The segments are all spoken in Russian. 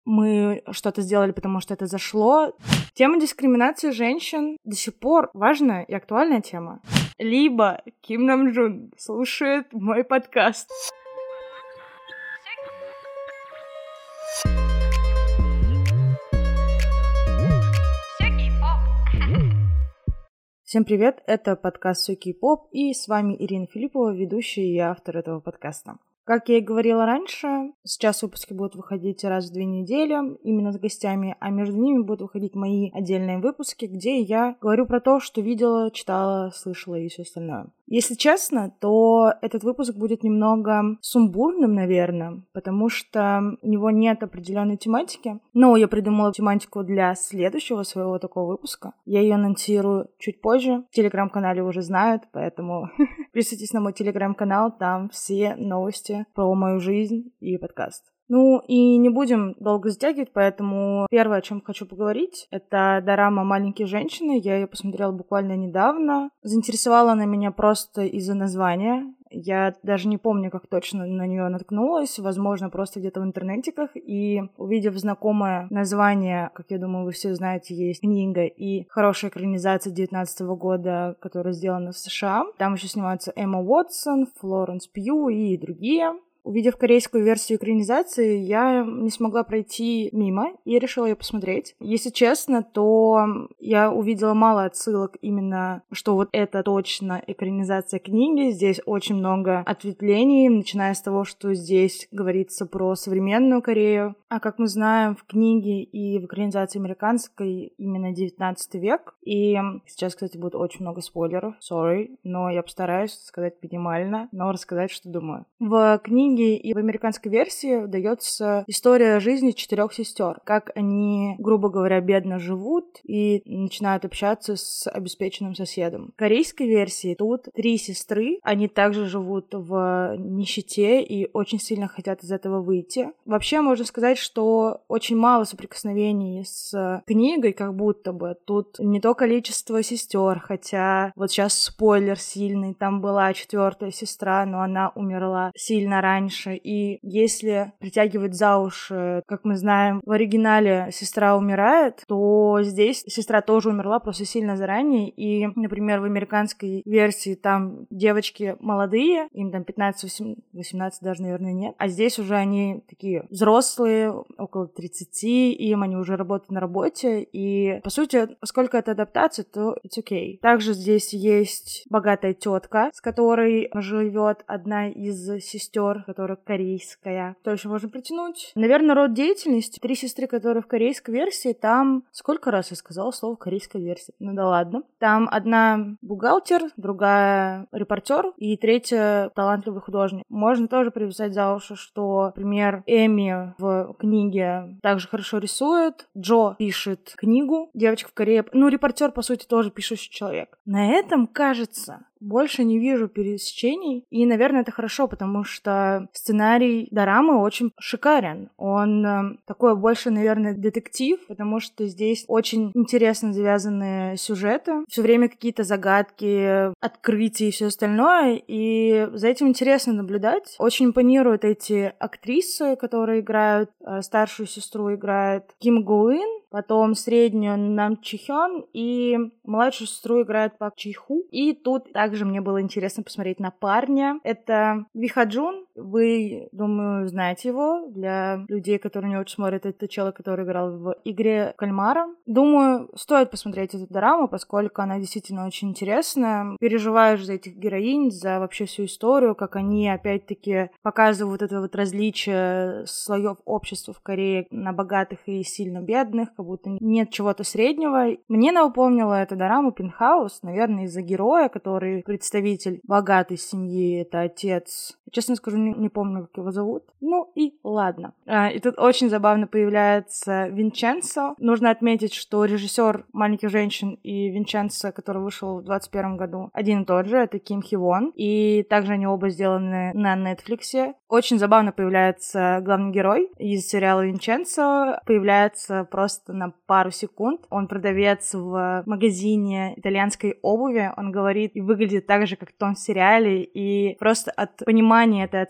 мы что-то сделали, потому что это зашло. Тема дискриминации женщин до сих пор важная и актуальная тема. Либо Ким Намджун слушает мой подкаст. Всем привет, это подкаст «Всё Кей-поп», и с вами Ирина Филиппова, ведущая и автор этого подкаста. Как я и говорила раньше, сейчас выпуски будут выходить раз в 2 недели, именно с гостями, а между ними будут выходить мои отдельные выпуски, где я говорю про то, что видела, читала, слышала и все остальное. Если честно, то этот выпуск будет немного сумбурным, наверное, потому что у него нет определенной тематики. Но я придумала тематику для следующего своего такого выпуска. Я ее анонсирую чуть позже. В телеграм-канале уже знают, поэтому подписывайтесь на мой телеграм-канал, там все новости про мою жизнь и подкаст. Ну и не будем долго затягивать, поэтому первое, о чем хочу поговорить, это дорама «Маленькие женщины». Я ее посмотрела буквально недавно. Заинтересовала она меня просто из-за названия. Я даже не помню, как точно на нее наткнулась, возможно, просто где-то в интернетиках, и увидев знакомое название, как я думаю, вы все знаете, есть книга и хорошая экранизация 2019 года, которая сделана в США. Там еще снимаются Эмма Уотсон, Флоренс Пью и другие. Увидев корейскую версию экранизации, я не смогла пройти мимо и решила ее посмотреть. Если честно, то я увидела мало отсылок именно, что вот это точно экранизация книги. Здесь очень много ответвлений, начиная с того, что здесь говорится про современную Корею. А как мы знаем, в книге и в экранизации американской именно 19 век. И сейчас, кстати, будет очень много спойлеров, sorry, но я постараюсь сказать минимально, но рассказать, что думаю. В книге и в американской версии дается история жизни 4 сестер, как они, грубо говоря, бедно живут и начинают общаться с обеспеченным соседом. В корейской версии тут 3 сестры, они также живут в нищете и очень сильно хотят из этого выйти. Вообще, можно сказать, что очень мало соприкосновений с книгой, как будто бы. Тут не то количество сестер, хотя вот сейчас спойлер сильный, там была 4-я сестра, но она умерла сильно раньше. И если притягивать за уши, как мы знаем, в оригинале сестра умирает, то здесь сестра тоже умерла, просто сильно заранее. И, например, в американской версии там девочки молодые, им там 15-18 даже, наверное, нет. А здесь уже они такие взрослые, около 30, им они уже работают на работе. И, по сути, поскольку это адаптация, то it's okay. Также здесь есть богатая тетка, с которой живет одна из сестер, которая корейская. Что еще можно притянуть? Наверное, род деятельности. 3 сестры, которые в корейской версии, там... Сколько раз я сказала слово корейская версия? Ну да ладно. Там одна бухгалтер, другая репортер и 3-я талантливый художник. Можно тоже привязать за уши, что, например, Эми в книге также хорошо рисует, Джо пишет книгу, девочка в Корее... Ну, репортер, по сути, тоже пишущий человек. На этом, кажется, больше не вижу пересечений. И, наверное, это хорошо, потому что сценарий дорамы очень шикарен. Он такой больше, наверное, детектив, потому что здесь очень интересно завязаны сюжеты. Все время какие-то загадки, открытия и все остальное. И за этим интересно наблюдать. Очень импонируют эти актрисы, которые играют. Старшую сестру играет Ким Го Ин, потом среднюю Нам Чи Хён и младшую сестру играет Пак Чи Ху. И тут также мне было интересно посмотреть на парня. Это Ви Ха Джун. Вы, думаю, знаете его. Для людей, которые не очень смотрят, это человек, который играл в «Игре кальмара». Думаю, стоит посмотреть эту дораму, поскольку она действительно очень интересная. Переживаешь за этих героинь, за вообще всю историю, как они, опять-таки, показывают это вот различие слоев общества в Корее на богатых и сильно бедных, как будто нет чего-то среднего. Мне напомнила эта дорама «Пентхаус», наверное, из-за героя, который представитель богатой семьи, это отец. Честно скажу, не помню, как его зовут. Ну и ладно. И тут очень забавно появляется Винченцо. Нужно отметить, что режиссер «Маленьких женщин» и Винченцо, который вышел в 2021 году, один и тот же, это Ким Хи Вон. И также они оба сделаны на Netflix. Очень забавно появляется главный герой из сериала «Винченцо». Появляется просто на пару секунд. Он продавец в магазине итальянской обуви. Он говорит и выглядит так же, как в том сериале. И просто от понимания этой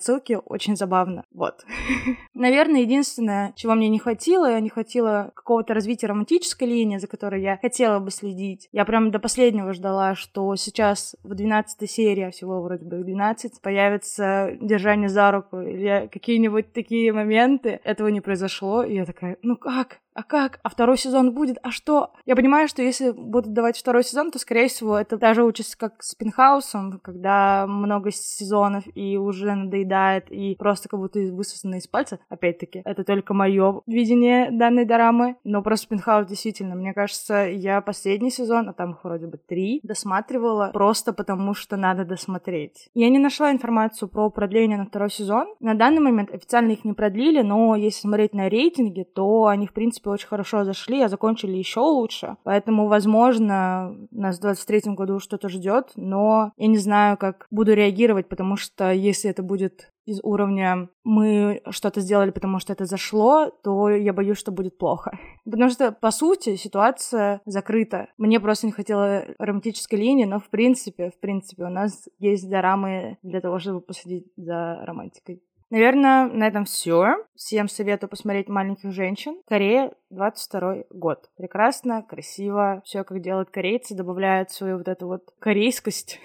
отсылки очень забавно. Вот. Наверное, единственное, чего мне не хватило какого-то развития романтической линии, за которой я хотела бы следить. Я прям до последнего ждала, что сейчас в 12-й серии, всего вроде бы 12, появится держание за руку или какие-нибудь такие моменты. Этого не произошло, и я такая, ну как? А как? А второй сезон будет? А что? Я понимаю, что если будут давать второй сезон, то, скорее всего, это та же участь, как с Пентхаусом, когда много сезонов и уже надоедает, и просто как будто высосано из пальца. Опять-таки, это только мое видение данной дорамы. Но просто Пентхаус действительно, мне кажется, я последний сезон, а там их вроде бы 3, досматривала просто потому, что надо досмотреть. Я не нашла информацию про продление на второй сезон. На данный момент официально их не продлили, но если смотреть на рейтинги, то они, в принципе, очень хорошо зашли, а закончили еще лучше. Поэтому, возможно, нас в 23-м году что-то ждет, но я не знаю, как буду реагировать, потому что если это будет из уровня «мы что-то сделали, потому что это зашло», то я боюсь, что будет плохо. Потому что, по сути, ситуация закрыта. Мне просто не хватило романтической линии, но в принципе, у нас есть дорамы для того, чтобы посадить за романтикой. Наверное, на этом все. Всем советую посмотреть «Маленьких женщин». Корея, 22-й год. Прекрасно, красиво. Все, как делают корейцы, добавляют свою вот эту вот корейскость.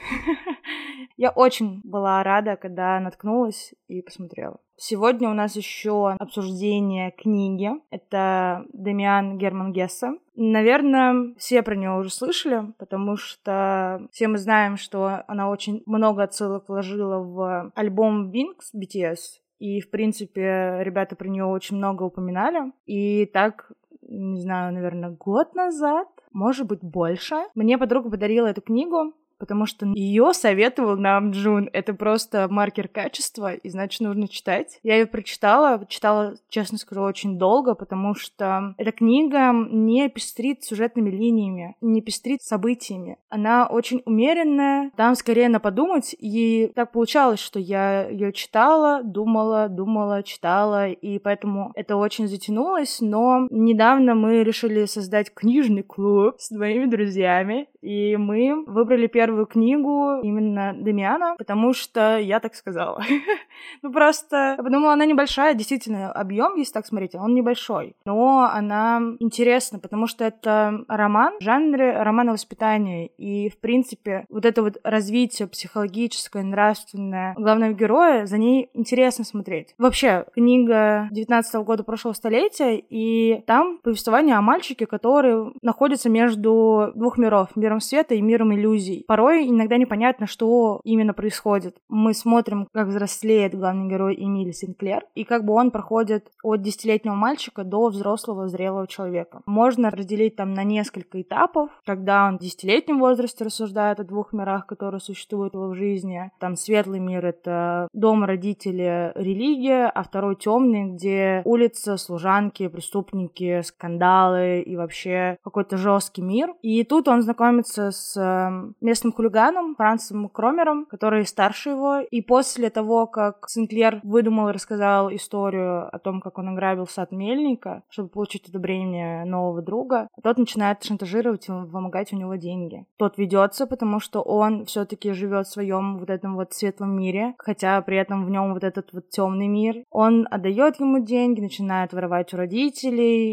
Я очень была рада, когда наткнулась и посмотрела. Сегодня у нас еще обсуждение книги. Это Дамиан Герман Гессе. Наверное, все про нее уже слышали, потому что все мы знаем, что она очень много отсылок вложила в альбом Wings BTS. И, в принципе, ребята про нее очень много упоминали. И так, не знаю, наверное, год назад, может быть, больше, мне подруга подарила эту книгу, потому что ее советовал нам Джун. Это просто маркер качества, и значит, нужно читать. Я ее читала, честно скажу, очень долго, потому что эта книга не пестрит сюжетными линиями, не пестрит событиями. Она очень умеренная, там скорее на подумать, и так получалось, что я ее читала, думала, читала, и поэтому это очень затянулось, но недавно мы решили создать книжный клуб с моими друзьями, и мы выбрали первую книгу именно Дамиана, потому что я так сказала. Ну, просто я подумала, она небольшая, действительно, объем, если так смотреть, он небольшой, но она интересна, потому что это роман в жанре романа воспитания, и, в принципе, вот это вот развитие психологическое, нравственное главного героя, за ней интересно смотреть. Вообще, книга 19-го года прошлого столетия, и там повествование о мальчике, который находится между двух миров, миром света и миром иллюзий. Порой иногда непонятно, что именно происходит. Мы смотрим, как взрослеет главный герой Эмиль Синклер, и как бы он проходит от 10-летнего мальчика до взрослого, зрелого человека. Можно разделить там на несколько этапов, когда он в 10-летнем возрасте рассуждает о двух мирах, которые существуют в жизни. Там светлый мир — это дом, родители, религия, а второй темный, где улица, служанки, преступники, скандалы и вообще какой-то жесткий мир. И тут он знакомится с местным хулиганом Франсом Кромером, который старше его, и после того, как Синклер выдумал и рассказал историю о том, как он ограбил сад Мельника, чтобы получить одобрение нового друга, тот начинает шантажировать и вымогать у него деньги. Тот ведется, потому что он все-таки живет в своем вот этом вот светлом мире, хотя при этом в нем вот этот вот темный мир. Он отдает ему деньги, начинает воровать у родителей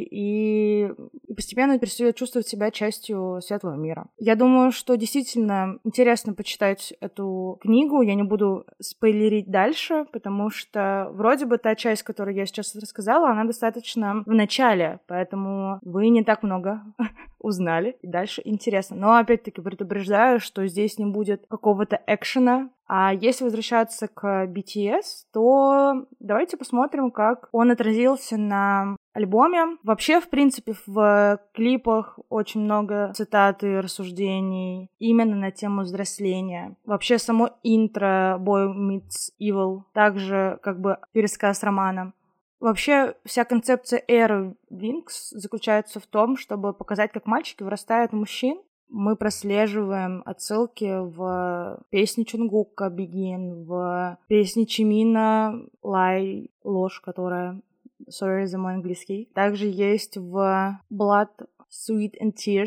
и постепенно перестает чувствовать себя частью светлого мира. Я думаю, что действительно интересно почитать эту книгу. Я не буду спойлерить дальше, потому что вроде бы та часть, которую я сейчас рассказала, она достаточно в начале, поэтому вы не так много узнали, и дальше интересно. Но опять-таки предупреждаю, что здесь не будет какого-то экшена. А если возвращаться к BTS, то давайте посмотрим, как он отразился на альбоме. Вообще, в принципе, в клипах очень много цитат и рассуждений именно на тему взросления. Вообще, само интро Boy Meets Evil также как бы пересказ романа. Вообще, вся концепция эры Wings заключается в том, чтобы показать, как мальчики вырастают в мужчин. Мы прослеживаем отсылки в песне Чунгука «Begin», в песне Чимина «Lie», ложь, которая... Sorry за мой английский. Также есть в Blood, Sweat and Tears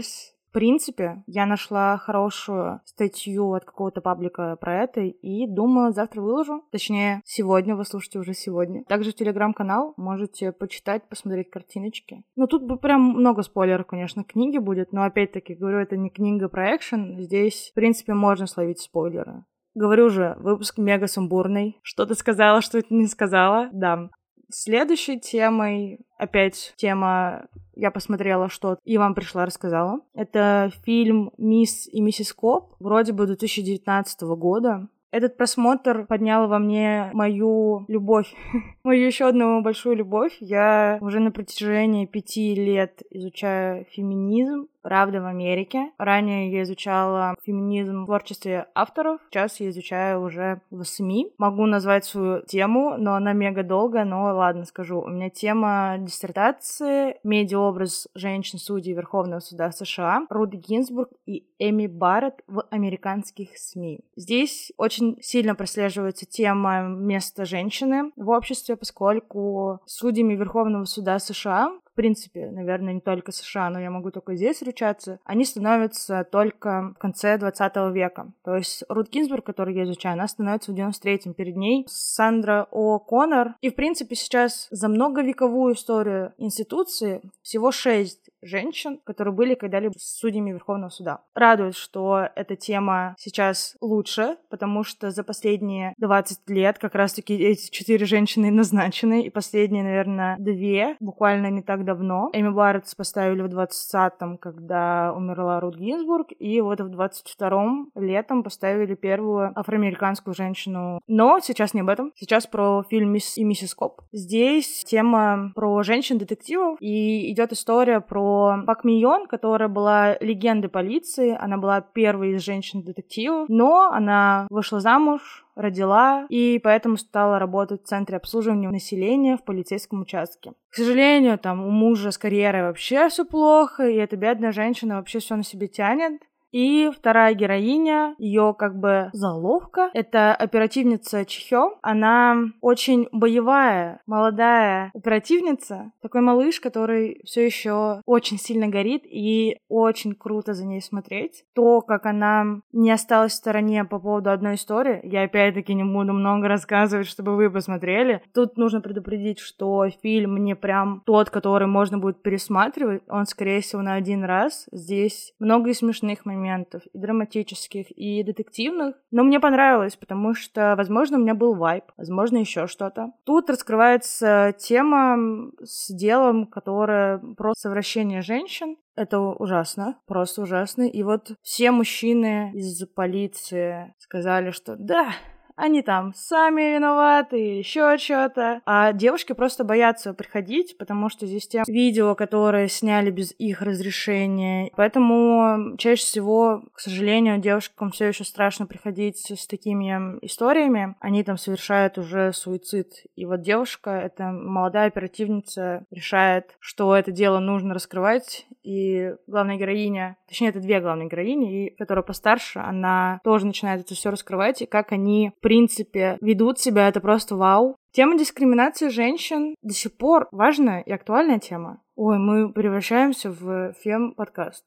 В принципе, я нашла хорошую статью от какого-то паблика про это и думаю, завтра выложу. Точнее, сегодня, вы слушаете уже сегодня. Также телеграм-канал, можете почитать, посмотреть картиночки. Ну, тут бы прям много спойлеров, конечно, книги будет, но опять-таки, говорю, это не книга про экшен. Здесь, в принципе, можно словить спойлеры. Говорю же, выпуск мега сумбурный. Что-то сказала, что-то не сказала. Да. Следующей темой, опять тема «Я посмотрела что-то и вам пришла, рассказала». Это фильм «Мисс и миссис Коп», вроде бы 2019 года. Этот просмотр поднял во мне мою любовь, мою еще одну большую любовь. Я уже на протяжении 5 лет изучаю феминизм, правда, в Америке. Ранее я изучала феминизм в творчестве авторов, сейчас я изучаю уже в СМИ. Могу назвать свою тему, но она мега долгая, но ладно, скажу. У меня тема диссертации «Медиаобраз женщин-судей Верховного суда США» Рут Гинзбург и Эми Барретт в американских СМИ. Здесь очень сильно прослеживается тема места женщины в обществе, поскольку судьями Верховного суда США, в принципе, наверное, не только США, но я могу только здесь ручаться, они становятся только в конце 20 века. То есть Рут Гинзбург, которую я изучаю, она становится в 93-м. Перед ней Сандра О'Коннор. И, в принципе, сейчас за многовековую историю институции всего 6 женщин, которые были когда-либо судьями Верховного суда. Радует, что эта тема сейчас лучше, потому что за последние 20 лет как раз-таки эти 4 женщины назначены, и последние, наверное, 2 буквально не так давно. Эми Барретт поставили в 20-м, когда умерла Рут Гинзбург, и вот в 22-м летом поставили первую афроамериканскую женщину. Но сейчас не об этом. Сейчас про фильм «Мисс и миссис Коп». Здесь тема про женщин-детективов, и идет история про Пак Мийон, которая была легендой полиции. Она была первой из женщин-детективов, но она вышла замуж, родила, и поэтому стала работать в Центре обслуживания населения в полицейском участке. К сожалению, там у мужа с карьерой вообще все плохо, и эта бедная женщина вообще все на себе тянет. И вторая героиня, ее как бы заловка, это оперативница Чхё. Она очень боевая, молодая оперативница, такой малыш, который все еще очень сильно горит, и очень круто за ней смотреть. То, как она не осталась в стороне по поводу одной истории, я опять-таки не буду много рассказывать, чтобы вы посмотрели. Тут нужно предупредить, что фильм не прям тот, который можно будет пересматривать, он, скорее всего, на один раз. Здесь много и смешных моментов, и драматических, и детективных. Но мне понравилось, потому что, возможно, у меня был вайб, возможно, еще что-то. Тут раскрывается тема с делом, которое про совращение женщин. Это ужасно, просто ужасно. И вот все мужчины из полиции сказали, что да, они там сами виноваты, еще что-то. А девушки просто боятся приходить, потому что здесь те видео, которые сняли без их разрешения. Поэтому чаще всего, к сожалению, девушкам все еще страшно приходить с такими историями. Они там совершают уже суицид. И вот девушка, эта молодая оперативница, решает, что это дело нужно раскрывать. И главная героиня, точнее, это 2 главные героини, и которая постарше, она тоже начинает это все раскрывать. И как они, в принципе, ведут себя, это просто вау. Тема дискриминации женщин до сих пор важная и актуальная тема. Ой, мы превращаемся в фем-подкаст.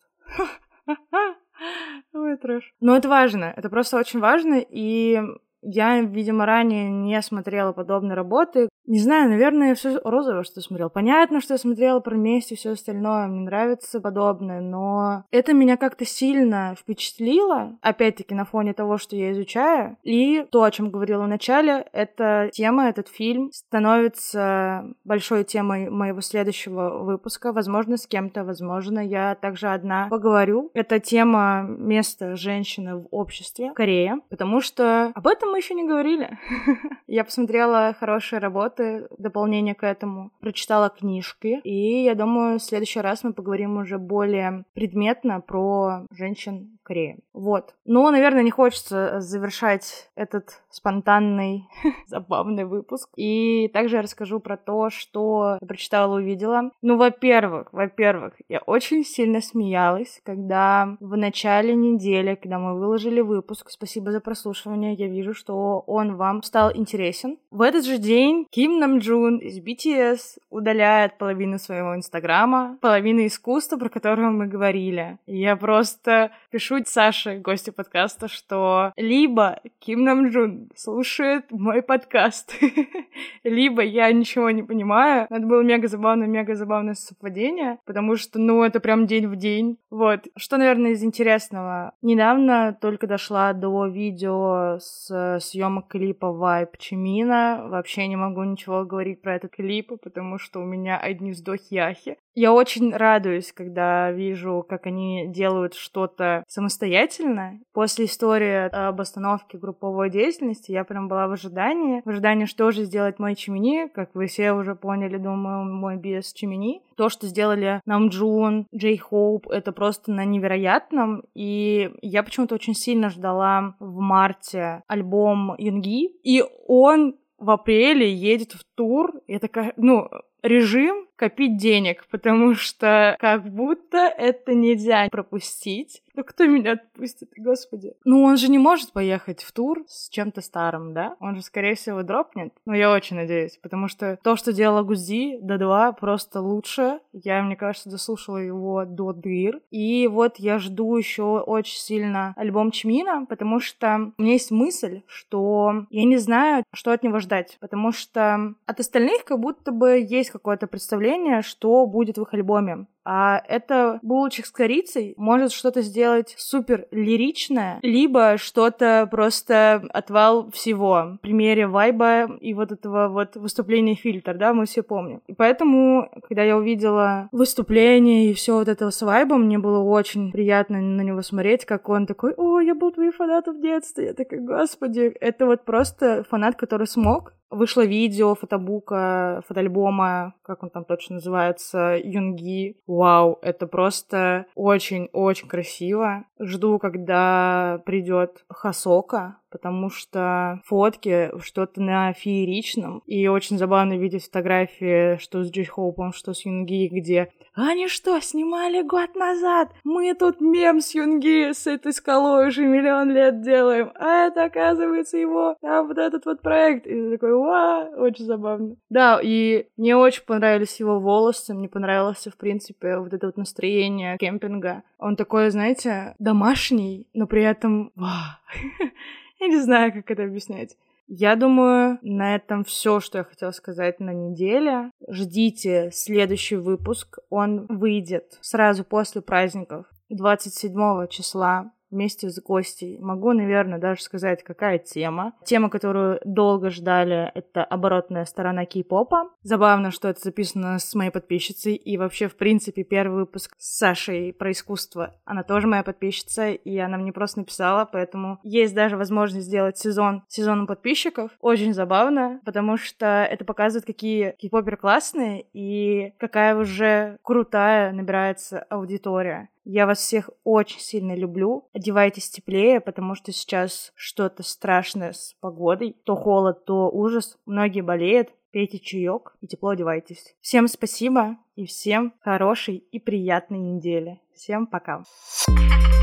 Ой, трэш. Но это важно, это просто очень важно, и я, видимо, ранее не смотрела подобные работы. Не знаю, наверное, я все розовое, что смотрела. Понятно, что я смотрела про месть и все остальное. Мне нравится подобное, но это меня как-то сильно впечатлило. Опять-таки, на фоне того, что я изучаю. И то, о чем говорила в начале, эта тема, этот фильм становится большой темой моего следующего выпуска. Возможно, с кем-то, возможно, я также одна поговорю. Это тема места женщины в обществе в Корее, потому что об этом мы еще не говорили. Я посмотрела хорошие работы, дополнение к этому, прочитала книжки, и я думаю, в следующий раз мы поговорим уже более предметно про женщин в Корее. Вот. Но, наверное, не хочется завершать этот спонтанный, забавный выпуск. И также я расскажу про то, что я прочитала и увидела. Ну, во-первых, я очень сильно смеялась, когда в начале недели, когда мы выложили выпуск, спасибо за прослушивание, я вижу, что он вам стал интересен. В этот же день Ким Намджун из BTS удаляет половину своего инстаграма, половину искусства, про которое мы говорили. И я просто пишу Саше, гостю подкаста, что либо Ким Намджун слушает мой подкаст, либо я ничего не понимаю. Это было мега забавное совпадение, потому что, это прям день в день. Вот. Что, наверное, из интересного. Недавно только дошла до видео с съемок клипа Vibe Чимина. Вообще не могу ничего говорить про этот клип, потому что у меня одни вздохи-ахи. Я очень радуюсь, когда вижу, как они делают что-то самостоятельно. После истории об остановке групповой деятельности я прям была в ожидании, что же сделать мой Чимини, как вы все уже поняли, думаю, мой BS Чимини. То, что сделали Намджун, J-Hope, это просто на невероятном, и я почему-то очень сильно ждала в марте альбом Юнги, и он в апреле едет в тур, я такая, режим копить денег, потому что как будто это нельзя пропустить. Кто меня отпустит, господи? Он же не может поехать в тур с чем-то старым, да? Он же, скорее всего, дропнет. Я очень надеюсь, потому что то, что делала Гузи, D2, просто лучше. Я, мне кажется, дослушала его до дыр. И вот я жду еще очень сильно альбом Чимина, потому что у меня есть мысль, что я не знаю, что от него ждать, потому что от остальных как будто бы есть какое-то представление, что будет в их альбоме. А это булочек с корицей может что-то сделать супер лиричное, либо что-то просто отвал всего. В примере Вайба и вот этого вот выступления Фильтр, да, мы все помним. И поэтому, когда я увидела выступление и все вот это с Вайбом, мне было очень приятно на него смотреть, как он такой: «О, я был твоим фанатом в детстве». Я такая: господи, это вот просто фанат, который смог. Вышло видео, фотобука, фотоальбома, как он там точно называется, Юнги. Вау, это просто очень-очень красиво. Жду, когда придет Хасока, потому что фотки что-то на фееричном. И очень забавно видеть фотографии, что с J-Hope, что с Юнги, где они что, снимали год назад? Мы тут мем с Юнги, с этой скалой уже миллион лет делаем, а это, оказывается, его, вот этот вот проект. И такой: вау, очень забавно. Да, и мне очень понравились его волосы, мне понравилось, в принципе, вот это вот настроение кемпинга. Он такой, знаете, домашний, но при этом вау. Я не знаю, как это объяснять. Я думаю, на этом все, что я хотела сказать на неделе. Ждите следующий выпуск. Он выйдет сразу после праздников, 27 числа. Вместе с гостей. Могу, наверное, даже сказать, какая тема. Тема, которую долго ждали, это оборотная сторона кей-попа. Забавно, что это записано с моей подписчицей. И вообще, в принципе, первый выпуск с Сашей про искусство. Она тоже моя подписчица, и она мне просто написала, поэтому есть даже возможность сделать сезоном подписчиков. Очень забавно, потому что это показывает, какие кей-поперы классные и какая уже крутая набирается аудитория. Я вас всех очень сильно люблю. Одевайтесь теплее, потому что сейчас что-то страшное с погодой. То холод, то ужас. Многие болеют. Пейте чаек и тепло одевайтесь. Всем спасибо и всем хорошей и приятной недели. Всем пока.